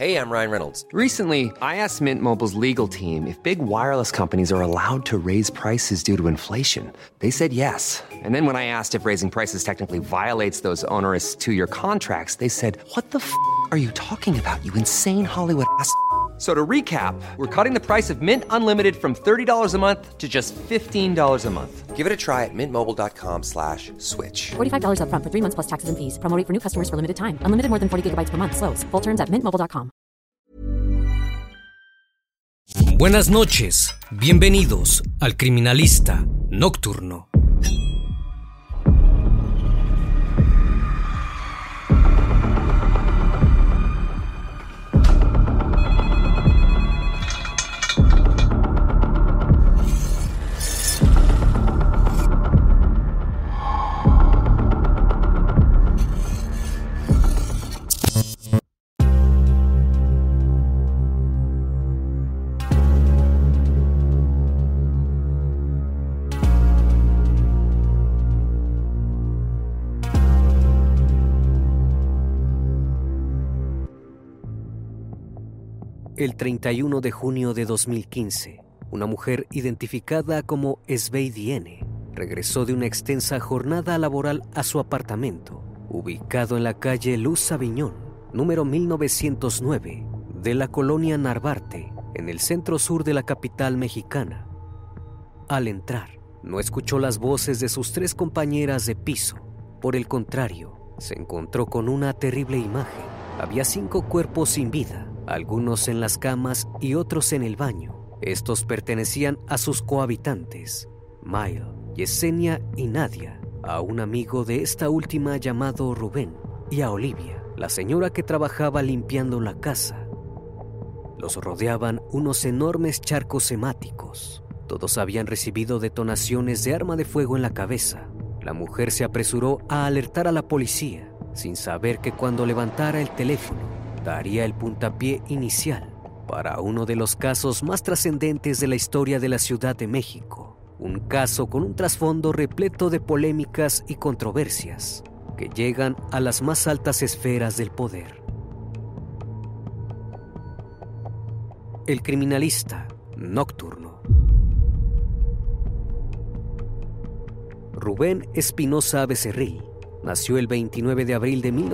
Hey, I'm Ryan Reynolds. Recently, I asked Mint Mobile's legal team if big wireless companies are allowed to raise prices due to inflation. They said yes. And then when I asked if raising prices technically violates those onerous two-year contracts, they said, "What the f*** are you talking about, you insane Hollywood ass?" So to recap, we're cutting the price of Mint Unlimited from $30 a month to just $15 a month. Give it a try at mintmobile.com/switch. $45 up front for 3 months plus taxes and fees. Promo rate for new customers for limited time. Unlimited more than 40 gigabytes per month. Slows full terms at mintmobile.com. Buenas noches, bienvenidos al Criminalista Nocturno. El 31 de junio de 2015, una mujer identificada como Sveidi N. regresó de una extensa jornada laboral a su apartamento, ubicado en la calle Luz Aviñón, número 1909, de la colonia Narvarte, en el centro sur de la capital mexicana. Al entrar, no escuchó las voces de sus 3 compañeras de piso. Por el contrario, se encontró con una terrible imagen. Había 5 cuerpos sin vida, algunos en las camas y otros en el baño. Estos pertenecían a sus cohabitantes, Mile, Yesenia y Nadia, a un amigo de esta última llamado Rubén, y a Olivia, la señora que trabajaba limpiando la casa. Los rodeaban unos enormes charcos hemáticos. Todos habían recibido detonaciones de arma de fuego en la cabeza. La mujer se apresuró a alertar a la policía, sin saber que cuando levantara el teléfono, daría el puntapié inicial para uno de los casos más trascendentes de la historia de la Ciudad de México. Un caso con un trasfondo repleto de polémicas y controversias que llegan a las más altas esferas del poder. El Criminalista Nocturno. Rubén Espinosa Becerril nació el 29 de abril de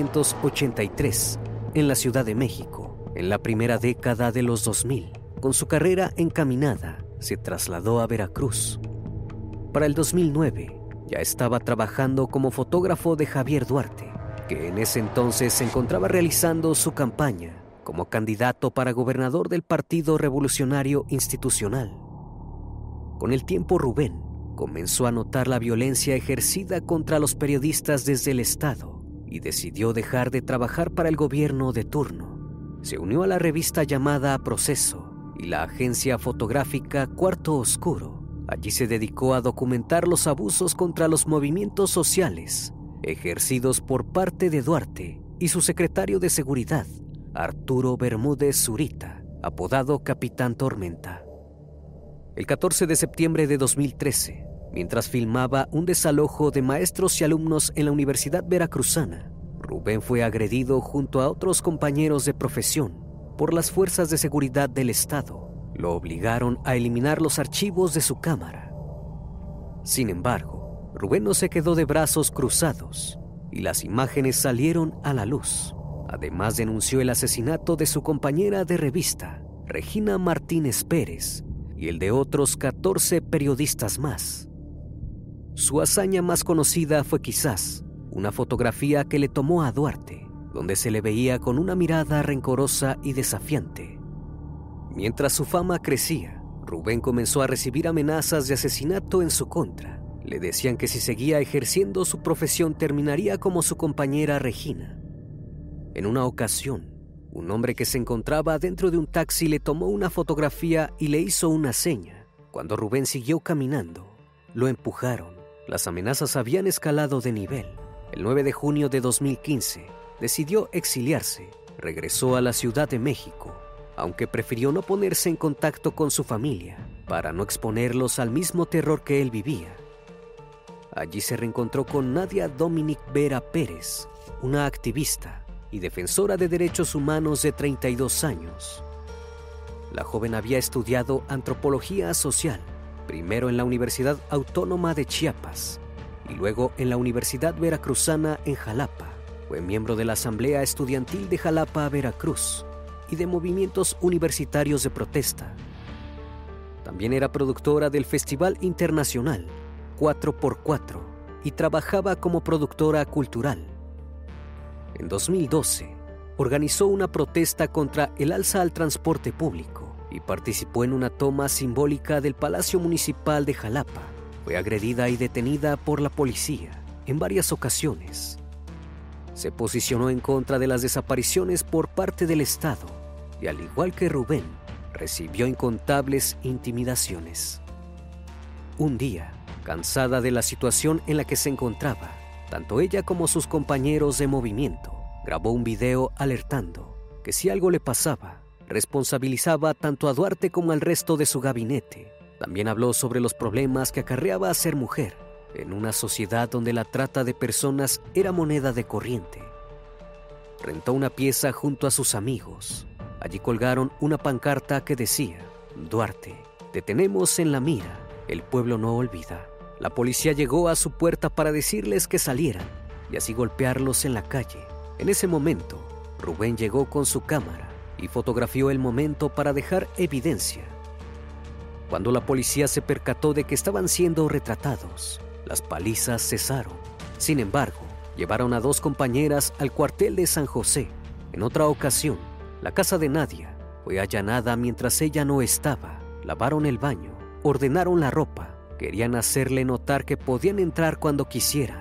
1983 en la Ciudad de México. En la primera década de los 2000, con su carrera encaminada, se trasladó a Veracruz. Para el 2009, ya estaba trabajando como fotógrafo de Javier Duarte, que en ese entonces se encontraba realizando su campaña como candidato para gobernador del Partido Revolucionario Institucional. Con el tiempo, Rubén comenzó a notar la violencia ejercida contra los periodistas desde el Estado y decidió dejar de trabajar para el gobierno de turno. Se unió a la revista llamada Proceso y la agencia fotográfica Cuarto Oscuro. Allí se dedicó a documentar los abusos contra los movimientos sociales ejercidos por parte de Duarte y su secretario de Seguridad, Arturo Bermúdez Zurita, apodado Capitán Tormenta. El 14 de septiembre de 2013, mientras filmaba un desalojo de maestros y alumnos en la Universidad Veracruzana, Rubén fue agredido junto a otros compañeros de profesión por las fuerzas de seguridad del Estado. Lo obligaron a eliminar los archivos de su cámara. Sin embargo, Rubén no se quedó de brazos cruzados y las imágenes salieron a la luz. Además, denunció el asesinato de su compañera de revista, Regina Martínez Pérez, y el de otros 14 periodistas más. Su hazaña más conocida fue quizás una fotografía que le tomó a Duarte, donde se le veía con una mirada rencorosa y desafiante. Mientras su fama crecía, Rubén comenzó a recibir amenazas de asesinato en su contra. Le decían que si seguía ejerciendo su profesión terminaría como su compañera Regina. En una ocasión, un hombre que se encontraba dentro de un taxi le tomó una fotografía y le hizo una seña. Cuando Rubén siguió caminando, lo empujaron. Las amenazas habían escalado de nivel. El 9 de junio de 2015, decidió exiliarse. Regresó a la Ciudad de México, aunque prefirió no ponerse en contacto con su familia para no exponerlos al mismo terror que él vivía. Allí se reencontró con Nadia Dominic Vera Pérez, una activista, y defensora de derechos humanos de 32 años. La joven había estudiado antropología social, primero en la Universidad Autónoma de Chiapas y luego en la Universidad Veracruzana en Jalapa. Fue miembro de la Asamblea Estudiantil de Jalapa, Veracruz, y de movimientos universitarios de protesta. También era productora del Festival Internacional 4x4 y trabajaba como productora cultural. En 2012, organizó una protesta contra el alza al transporte público y participó en una toma simbólica del Palacio Municipal de Jalapa. Fue agredida y detenida por la policía en varias ocasiones. Se posicionó en contra de las desapariciones por parte del Estado y, al igual que Rubén, recibió incontables intimidaciones. Un día, cansada de la situación en la que se encontraba, tanto ella como sus compañeros de movimiento, grabó un video alertando que si algo le pasaba, responsabilizaba tanto a Duarte como al resto de su gabinete. También habló sobre los problemas que acarreaba ser mujer en una sociedad donde la trata de personas era moneda de corriente. Rentó una pieza junto a sus amigos. Allí colgaron una pancarta que decía: Duarte, te tenemos en la mira, el pueblo no olvida. La policía llegó a su puerta para decirles que salieran y así golpearlos en la calle. En ese momento, Rubén llegó con su cámara y fotografió el momento para dejar evidencia. Cuando la policía se percató de que estaban siendo retratados, las palizas cesaron. Sin embargo, llevaron a 2 compañeras al cuartel de San José. En otra ocasión, la casa de Nadia fue allanada mientras ella no estaba. Lavaron el baño, ordenaron la ropa, querían hacerle notar que podían entrar cuando quisieran.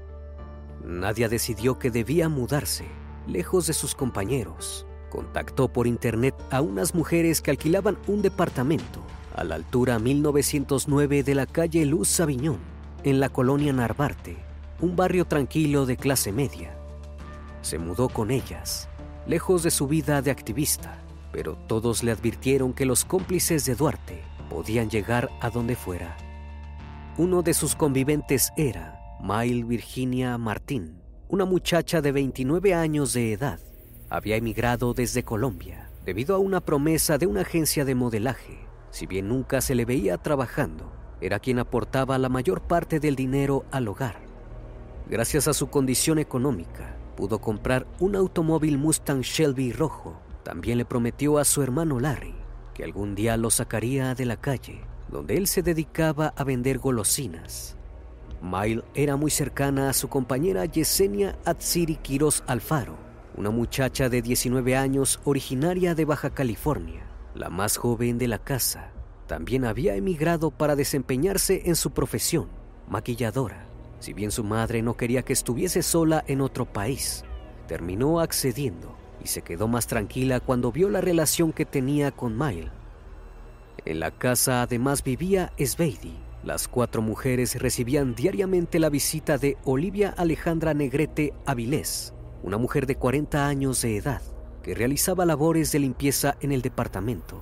Nadia decidió que debía mudarse, lejos de sus compañeros. Contactó por internet a unas mujeres que alquilaban un departamento a la altura 1909 de la calle Luz Sabiñón, en la colonia Narvarte, un barrio tranquilo de clase media. Se mudó con ellas, lejos de su vida de activista, pero todos le advirtieron que los cómplices de Duarte podían llegar a donde fuera. Uno de sus conviventes era Mayl Virginia Martín, una muchacha de 29 años de edad. Había emigrado desde Colombia debido a una promesa de una agencia de modelaje. Si bien nunca se le veía trabajando, era quien aportaba la mayor parte del dinero al hogar. Gracias a su condición económica, pudo comprar un automóvil Mustang Shelby rojo. También le prometió a su hermano Larry que algún día lo sacaría de la calle, donde él se dedicaba a vender golosinas. Mayl era muy cercana a su compañera Yesenia Atsiri Quiroz Alfaro, una muchacha de 19 años originaria de Baja California, la más joven de la casa. También había emigrado para desempeñarse en su profesión, maquilladora. Si bien su madre no quería que estuviese sola en otro país, terminó accediendo y se quedó más tranquila cuando vio la relación que tenía con Mayl. En la casa además vivía Sveidi. Las 4 mujeres recibían diariamente la visita de Olivia Alejandra Negrete Avilés, una mujer de 40 años de edad que realizaba labores de limpieza en el departamento.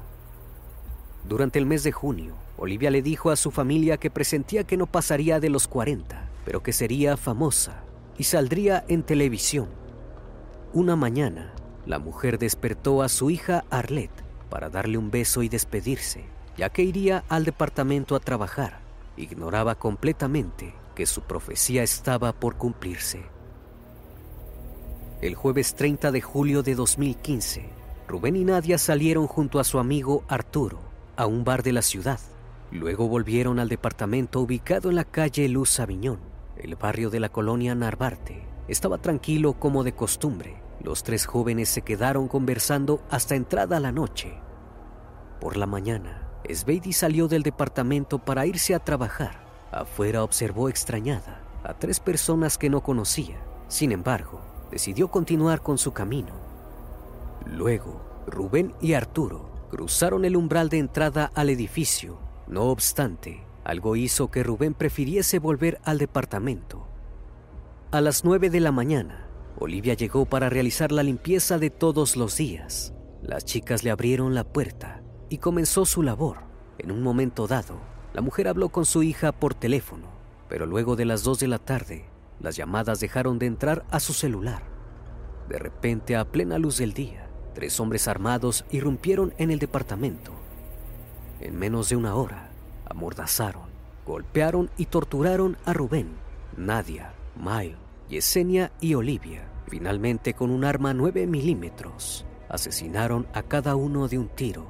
Durante el mes de junio, Olivia le dijo a su familia que presentía que no pasaría de los 40, pero que sería famosa y saldría en televisión. Una mañana, la mujer despertó a su hija Arlette para darle un beso y despedirse, ya que iría al departamento a trabajar. Ignoraba completamente que su profecía estaba por cumplirse. El jueves 30 de julio de 2015, Rubén y Nadia salieron junto a su amigo Arturo a un bar de la ciudad. Luego volvieron al departamento ubicado en la calle Luz Aviñón. El barrio de la colonia Narvarte estaba tranquilo como de costumbre. Los 3 jóvenes se quedaron conversando hasta entrada la noche. Por la mañana, Sveidi salió del departamento para irse a trabajar. Afuera observó extrañada a 3 personas que no conocía. Sin embargo, decidió continuar con su camino. Luego, Rubén y Arturo cruzaron el umbral de entrada al edificio. No obstante, algo hizo que Rubén prefiriese volver al departamento. A las 9 de la mañana, Olivia llegó para realizar la limpieza de todos los días. Las chicas le abrieron la puerta y comenzó su labor. En un momento dado, la mujer habló con su hija por teléfono, pero luego de las 2 de la tarde, las llamadas dejaron de entrar a su celular. De repente, a plena luz del día, 3 hombres armados irrumpieron en el departamento. En menos de una hora, amordazaron, golpearon y torturaron a Rubén, Nadia, Mile, Yesenia y Olivia. Finalmente, con un arma 9 milímetros, asesinaron a cada uno de un tiro.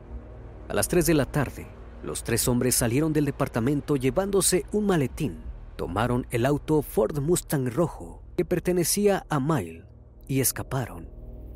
A las 3 de la tarde, los 3 hombres salieron del departamento llevándose un maletín. Tomaron el auto Ford Mustang rojo que pertenecía a Mile y escaparon.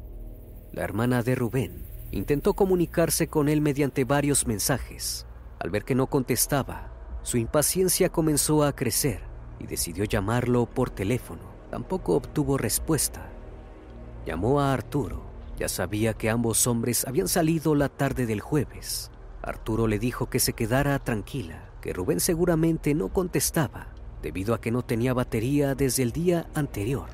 La hermana de Rubén intentó comunicarse con él mediante varios mensajes. Al ver que no contestaba, su impaciencia comenzó a crecer y decidió llamarlo por teléfono. Tampoco obtuvo respuesta. Llamó a Arturo. Ya sabía que ambos hombres habían salido la tarde del jueves. Arturo le dijo que se quedara tranquila, que Rubén seguramente no contestaba, debido a que no tenía batería desde el día anterior.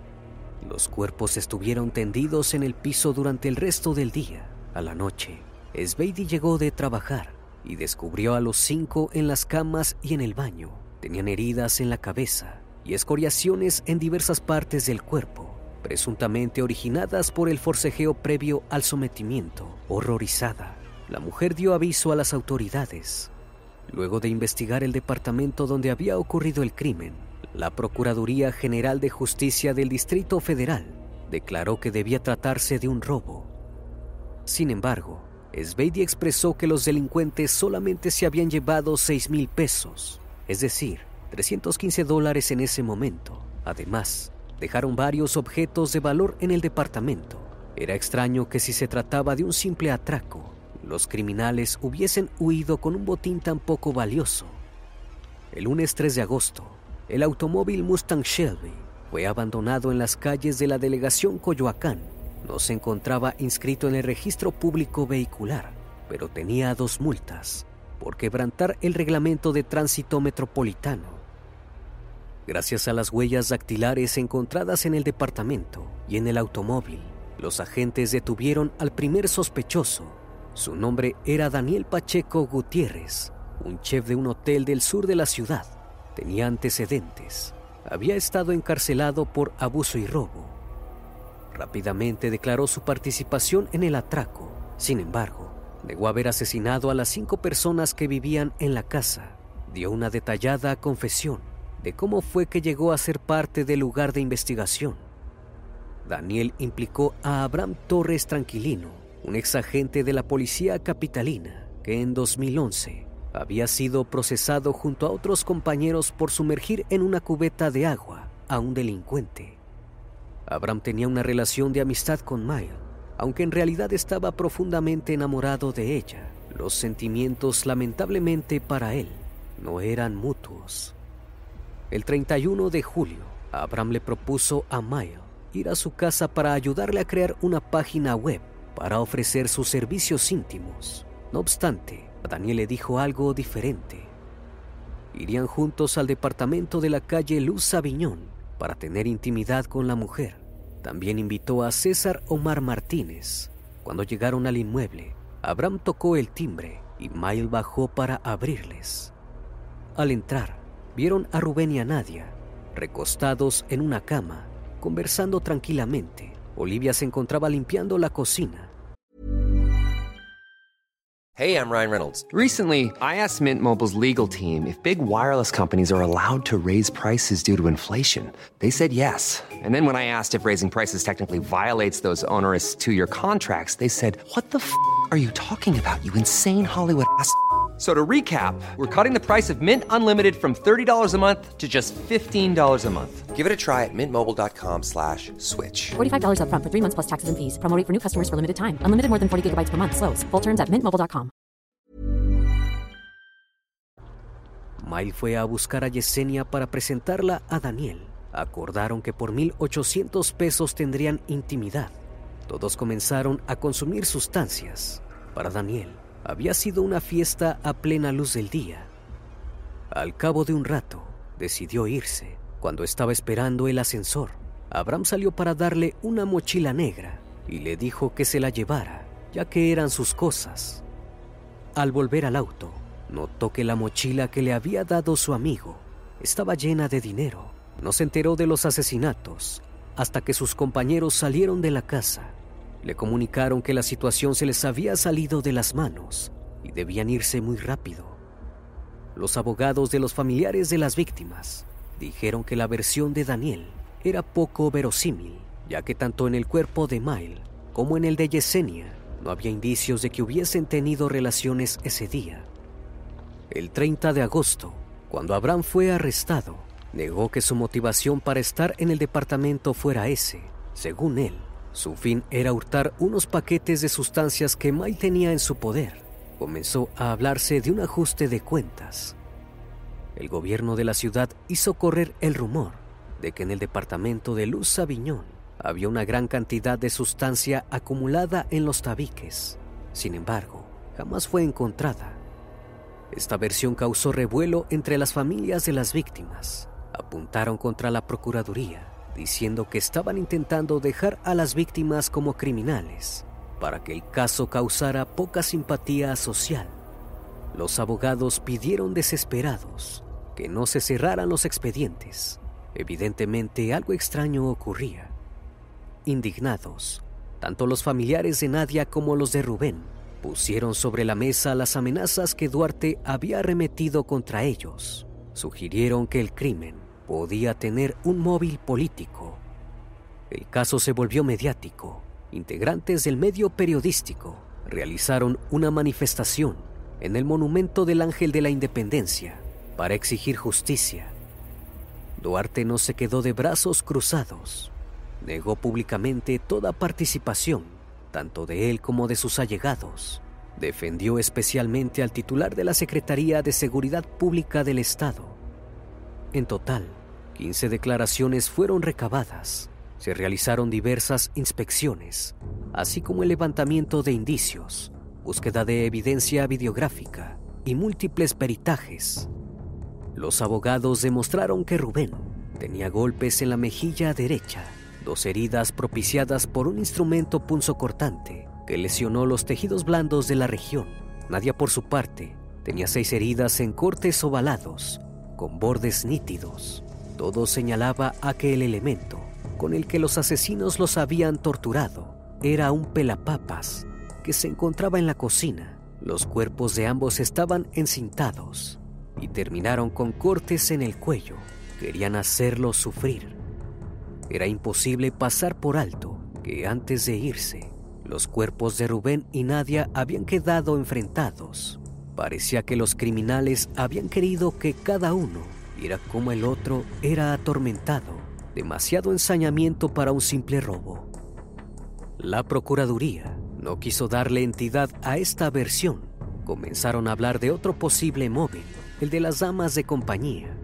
Los cuerpos estuvieron tendidos en el piso durante el resto del día. A la noche, Sveidy llegó de trabajar y descubrió a los 5 en las camas y en el baño. Tenían heridas en la cabeza y escoriaciones en diversas partes del cuerpo, presuntamente originadas por el forcejeo previo al sometimiento. Horrorizada, la mujer dio aviso a las autoridades. Luego de investigar el departamento donde había ocurrido el crimen, la Procuraduría General de Justicia del Distrito Federal declaró que debía tratarse de un robo. Sin embargo, Sveidy expresó que los delincuentes solamente se habían llevado 6,000 pesos, es decir, $315 en ese momento. Además, dejaron varios objetos de valor en el departamento. Era extraño que si se trataba de un simple atraco, los criminales hubiesen huido con un botín tan poco valioso. El lunes 3 de agosto, el automóvil Mustang Shelby fue abandonado en las calles de la delegación Coyoacán. No se encontraba inscrito en el registro público vehicular, pero tenía 2 multas por quebrantar el reglamento de tránsito metropolitano. Gracias a las huellas dactilares encontradas en el departamento y en el automóvil, los agentes detuvieron al primer sospechoso. Su nombre era Daniel Pacheco Gutiérrez, un chef de un hotel del sur de la ciudad. Tenía antecedentes. Había estado encarcelado por abuso y robo. Rápidamente declaró su participación en el atraco. Sin embargo, negó haber asesinado a las 5 personas que vivían en la casa. Dio una detallada confesión de cómo fue que llegó a ser parte del lugar de investigación. Daniel implicó a Abraham Torres Tranquilino, un exagente de la policía capitalina, que en 2011 había sido procesado junto a otros compañeros por sumergir en una cubeta de agua a un delincuente. Abraham tenía una relación de amistad con Mile, aunque en realidad estaba profundamente enamorado de ella. Los sentimientos, lamentablemente para él, no eran mutuos. El 31 de julio, Abraham le propuso a Mile ir a su casa para ayudarle a crear una página web para ofrecer sus servicios íntimos. No obstante, Daniel le dijo algo diferente. Irían juntos al departamento de la calle Luz Aviñón para tener intimidad con la mujer. También invitó a César Omar Martínez. Cuando llegaron al inmueble, Abraham tocó el timbre y Mile bajó para abrirles. Al entrar, vieron a Rubén y a Nadia, recostados en una cama, conversando tranquilamente. Olivia se encontraba limpiando la cocina. Hey, I'm Ryan Reynolds. Recently, I asked Mint Mobile's legal team if big wireless companies are allowed to raise prices due to inflation. They said yes. And then when I asked if raising prices technically violates those onerous 2-year contracts, they said, "What the f*** are you talking about, you insane Hollywood ass?" So to recap, we're cutting the price of Mint Unlimited from $30 a month to just $15 a month. Give it a try at mintmobile.com/switch. $45 up front for 3 months plus taxes and fees. Promo rate for new customers for limited time. Unlimited more than 40 gigabytes per month. Slows full terms at mintmobile.com. Mile fue a buscar a Yesenia para presentarla a Daniel. Acordaron que por 1,800 pesos tendrían intimidad. Todos comenzaron a consumir sustancias. Para Daniel, había sido una fiesta a plena luz del día. Al cabo de un rato, decidió irse. Cuando estaba esperando el ascensor, Abraham salió para darle una mochila negra y le dijo que se la llevara, ya que eran sus cosas. Al volver al auto, notó que la mochila que le había dado su amigo estaba llena de dinero. No se enteró de los asesinatos, hasta que sus compañeros salieron de la casa. Le comunicaron que la situación se les había salido de las manos y debían irse muy rápido. Los abogados de los familiares de las víctimas dijeron que la versión de Daniel era poco verosímil, ya que tanto en el cuerpo de Mile como en el de Yesenia no había indicios de que hubiesen tenido relaciones ese día. El 30 de agosto, cuando Abraham fue arrestado, negó que su motivación para estar en el departamento fuera ese. Según él, su fin era hurtar unos paquetes de sustancias que Mile tenía en su poder. Comenzó a hablarse de un ajuste de cuentas. El gobierno de la ciudad hizo correr el rumor de que en el departamento de Luz Saviñón había una gran cantidad de sustancia acumulada en los tabiques. Sin embargo, jamás fue encontrada. Esta versión causó revuelo entre las familias de las víctimas. Apuntaron contra la Procuraduría, diciendo que estaban intentando dejar a las víctimas como criminales para que el caso causara poca simpatía social. Los abogados pidieron desesperados que no se cerraran los expedientes. Evidentemente algo extraño ocurría. Indignados, tanto los familiares de Nadia como los de Rubén pusieron sobre la mesa las amenazas que Duarte había arremetido contra ellos. Sugirieron que el crimen podía tener un móvil político. El caso se volvió mediático. Integrantes del medio periodístico realizaron una manifestación en el Monumento del Ángel de la Independencia para exigir justicia. Duarte no se quedó de brazos cruzados. Negó públicamente toda participación, tanto de él como de sus allegados. Defendió especialmente al titular de la Secretaría de Seguridad Pública del Estado. En total, 15 declaraciones fueron recabadas. Se realizaron diversas inspecciones, así como el levantamiento de indicios, búsqueda de evidencia videográfica y múltiples peritajes. Los abogados demostraron que Rubén tenía golpes en la mejilla derecha, 2 heridas propiciadas por un instrumento punzocortante que lesionó los tejidos blandos de la región. Nadia, por su parte, tenía 6 heridas en cortes ovalados, con bordes nítidos. Todo señalaba a que el elemento con el que los asesinos los habían torturado era un pelapapas que se encontraba en la cocina. Los cuerpos de ambos estaban encintados y terminaron con cortes en el cuello. Querían hacerlos sufrir. Era imposible pasar por alto que antes de irse, los cuerpos de Rubén y Nadia habían quedado enfrentados. Parecía que los criminales habían querido que cada uno viera cómo el otro era atormentado. Demasiado ensañamiento para un simple robo. La Procuraduría no quiso darle entidad a esta versión. Comenzaron a hablar de otro posible móvil, el de las damas de compañía.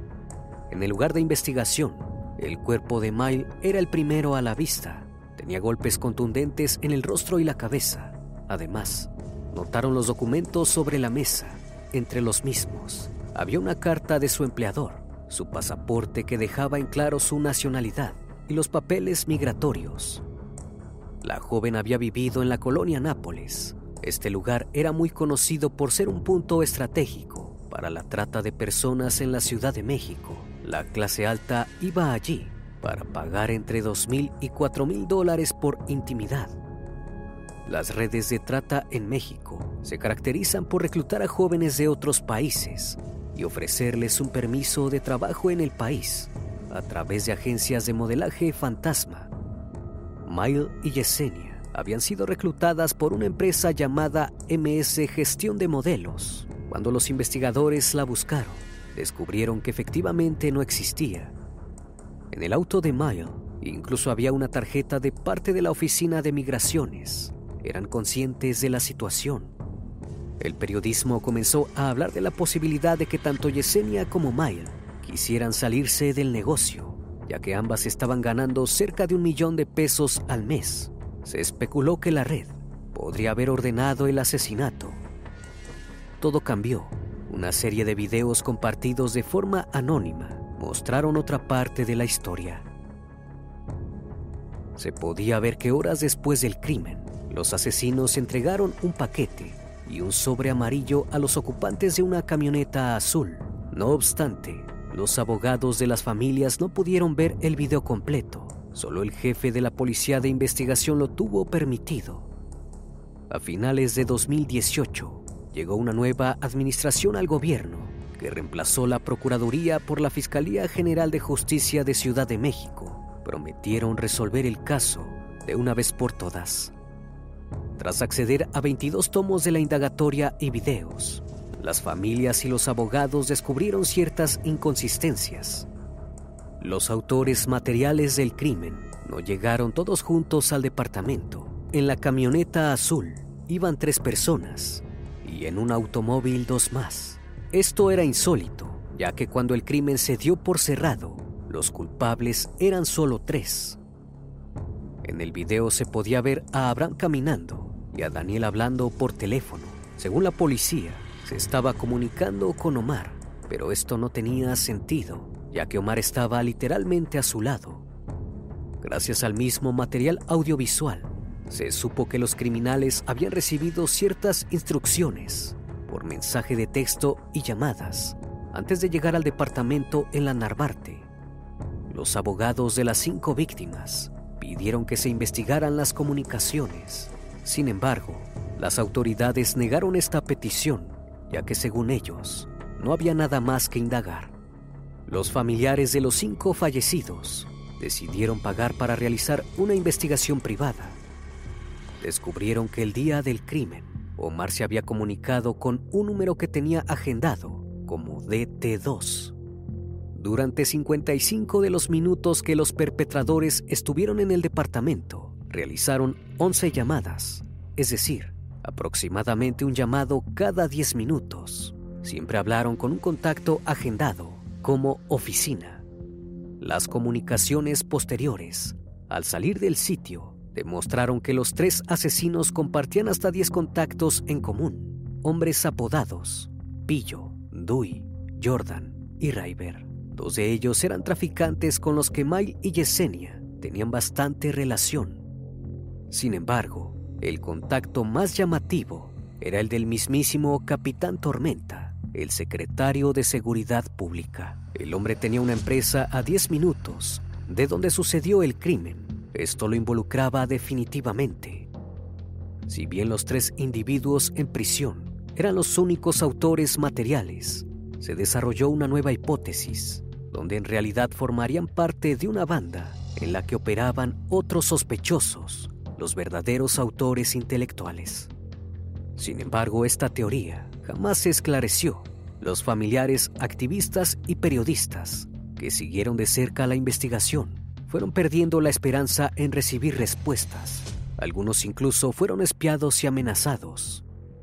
En el lugar de investigación, el cuerpo de Mile era el primero a la vista. Tenía golpes contundentes en el rostro y la cabeza. Además, notaron los documentos sobre la mesa. Entre los mismos, había una carta de su empleador, su pasaporte que dejaba en claro su nacionalidad y los papeles migratorios. La joven había vivido en la colonia Nápoles. Este lugar era muy conocido por ser un punto estratégico para la trata de personas en la Ciudad de México. La clase alta iba allí para pagar entre $2,000 y $4,000 por intimidad. Las redes de trata en México se caracterizan por reclutar a jóvenes de otros países y ofrecerles un permiso de trabajo en el país a través de agencias de modelaje fantasma. Mile y Yesenia habían sido reclutadas por una empresa llamada MS Gestión de Modelos. Cuando los investigadores la buscaron, descubrieron que efectivamente no existía. En el auto de Mile incluso había una tarjeta de parte de la oficina de migraciones. Eran conscientes de la situación. El periodismo comenzó a hablar de la posibilidad de que tanto Yesenia como Mile quisieran salirse del negocio, ya que ambas estaban ganando cerca de $1 millón al mes. Se especuló que la red podría haber ordenado el asesinato. Todo cambió. Una serie de videos compartidos de forma anónima mostraron otra parte de la historia. Se podía ver que horas después del crimen, los asesinos entregaron un paquete y un sobre amarillo a los ocupantes de una camioneta azul. No obstante, los abogados de las familias no pudieron ver el video completo. solo el jefe de la Policía de Investigación lo tuvo permitido. A finales de 2018, llegó una nueva administración al gobierno que reemplazó la Procuraduría por la Fiscalía General de Justicia de Ciudad de México. Prometieron resolver el caso de una vez por todas. Tras acceder a 22 tomos de la indagatoria y videos, las familias y los abogados descubrieron ciertas inconsistencias. Los autores materiales del crimen no llegaron todos juntos al departamento. En la camioneta azul iban 3 personas y en un automóvil 2 más. Esto era insólito, ya que cuando el crimen se dio por cerrado, los culpables eran solo 3. En el video se podía ver a Abraham caminando y a Daniel hablando por teléfono. Según la policía, se estaba comunicando con Omar, pero esto no tenía sentido, ya que Omar estaba literalmente a su lado. Gracias al mismo material audiovisual, se supo que los criminales habían recibido ciertas instrucciones por mensaje de texto y llamadas antes de llegar al departamento en la Narvarte. Los abogados de las 5 víctimas pidieron que se investigaran las comunicaciones. Sin embargo, las autoridades negaron esta petición, ya que según ellos, no había nada más que indagar. Los familiares de los 5 fallecidos decidieron pagar para realizar una investigación privada. Descubrieron que el día del crimen, Omar se había comunicado con un número que tenía agendado como DT2. Durante 55 de los minutos que los perpetradores estuvieron en el departamento, realizaron 11 llamadas, es decir, aproximadamente un llamado cada 10 minutos. Siempre hablaron con un contacto agendado como oficina. Las comunicaciones posteriores, al salir del sitio, demostraron que los 3 asesinos compartían hasta 10 contactos en común. Hombres apodados Pillo, Dewey, Jordan y Rayber. 2 de ellos eran traficantes con los que May y Yesenia tenían bastante relación. Sin embargo, el contacto más llamativo era el del mismísimo Capitán Tormenta, el secretario de Seguridad Pública. El hombre tenía una empresa a 10 minutos de donde sucedió el crimen. Esto lo involucraba definitivamente. Si bien los 3 individuos en prisión eran los únicos autores materiales, se desarrolló una nueva hipótesis, donde en realidad formarían parte de una banda en la que operaban otros sospechosos, los verdaderos autores intelectuales. Sin embargo, esta teoría jamás se esclareció. Los familiares, activistas y periodistas que siguieron de cerca la investigación fueron perdiendo la esperanza en recibir respuestas. Algunos incluso fueron espiados y amenazados.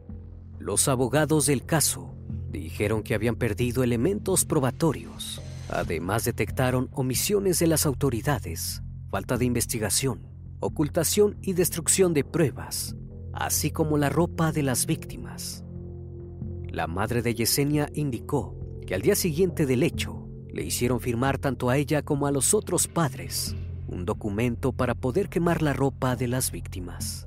Los abogados del caso dijeron que habían perdido elementos probatorios. Además, detectaron omisiones de las autoridades, falta de investigación, ocultación y destrucción de pruebas, así como la ropa de las víctimas. La madre de Yesenia indicó que al día siguiente del hecho le hicieron firmar tanto a ella como a los otros padres un documento para poder quemar la ropa de las víctimas.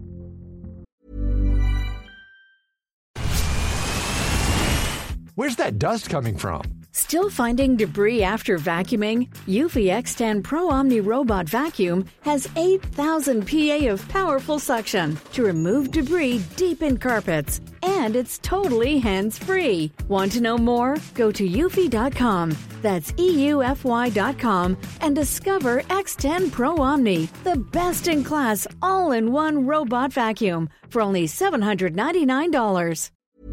Where's that dust coming from? Still finding debris after vacuuming? Eufy X10 Pro Omni Robot Vacuum has 8,000 PA of powerful suction to remove debris deep in carpets. And it's totally hands-free. Want to know more? Go to eufy.com. That's EUFY.com and discover X10 Pro Omni, the best-in-class all-in-one robot vacuum for only $799.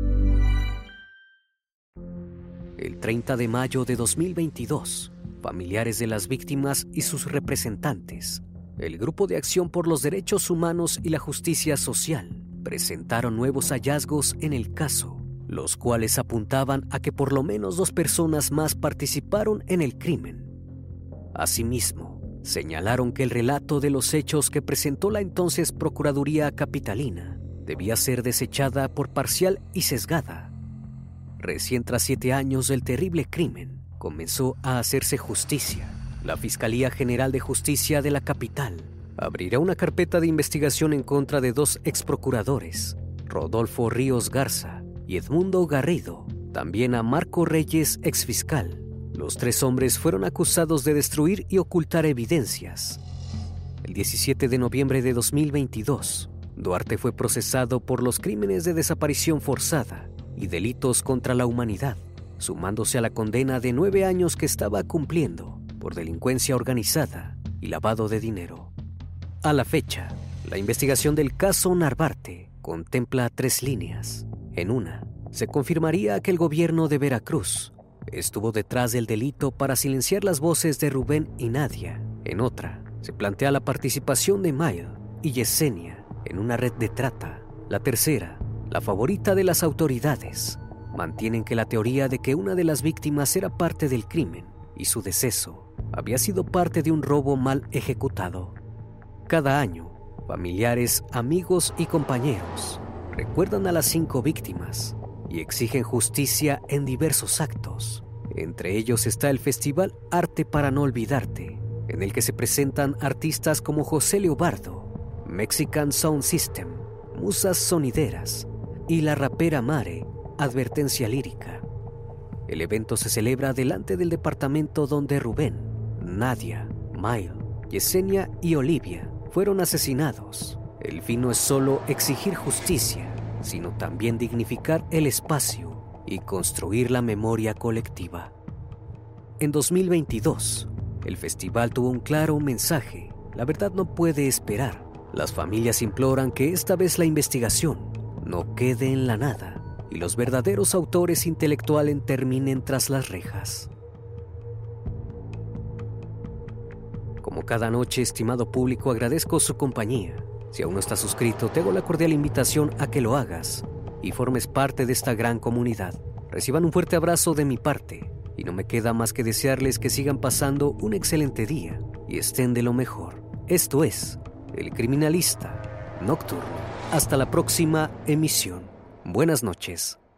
El 30 de mayo de 2022, familiares de las víctimas y sus representantes, el Grupo de Acción por los Derechos Humanos y la Justicia Social, presentaron nuevos hallazgos en el caso, los cuales apuntaban a que por lo menos 2 personas más participaron en el crimen. Asimismo, señalaron que el relato de los hechos que presentó la entonces Procuraduría Capitalina debía ser desechada por parcial y sesgada. Recién tras 7 años del terrible crimen, comenzó a hacerse justicia. La Fiscalía General de Justicia de la capital abrirá una carpeta de investigación en contra de 2 exprocuradores, Rodolfo Ríos Garza y Edmundo Garrido, también a Marco Reyes, exfiscal, Los 3 hombres fueron acusados de destruir y ocultar evidencias. El 17 de noviembre de 2022, Duarte fue procesado por los crímenes de desaparición forzada y delitos contra la humanidad, sumándose a la condena de 9 años que estaba cumpliendo por delincuencia organizada y lavado de dinero. A la fecha, la investigación del caso Narvarte contempla 3 líneas. En una, se confirmaría que el gobierno de Veracruz estuvo detrás del delito para silenciar las voces de Rubén y Nadia. En otra, se plantea la participación de Mile y Yesenia en una red de trata. La tercera, la favorita de las autoridades, mantienen que la teoría de que una de las víctimas era parte del crimen y su deceso había sido parte de un robo mal ejecutado. Cada año, familiares, amigos y compañeros recuerdan a las 5 víctimas y exigen justicia en diversos actos. Entre ellos está el Festival Arte para No Olvidarte, en el que se presentan artistas como José Leobardo, Mexican Sound System, Musas Sonideras y la rapera Mare, Advertencia Lírica. El evento se celebra delante del departamento donde Rubén, Nadia, Mile, Yesenia y Olivia fueron asesinados. El fin no es solo exigir justicia, sino también dignificar el espacio y construir la memoria colectiva. En 2022, el festival tuvo un claro mensaje: la verdad no puede esperar. Las familias imploran que esta vez la investigación no quede en la nada y los verdaderos autores intelectuales terminen tras las rejas. Como cada noche, estimado público, agradezco su compañía. Si aún no estás suscrito, te hago la cordial invitación a que lo hagas y formes parte de esta gran comunidad. Reciban un fuerte abrazo de mi parte y no me queda más que desearles que sigan pasando un excelente día y estén de lo mejor. Esto es El Criminalista Nocturno. Hasta la próxima emisión. Buenas noches.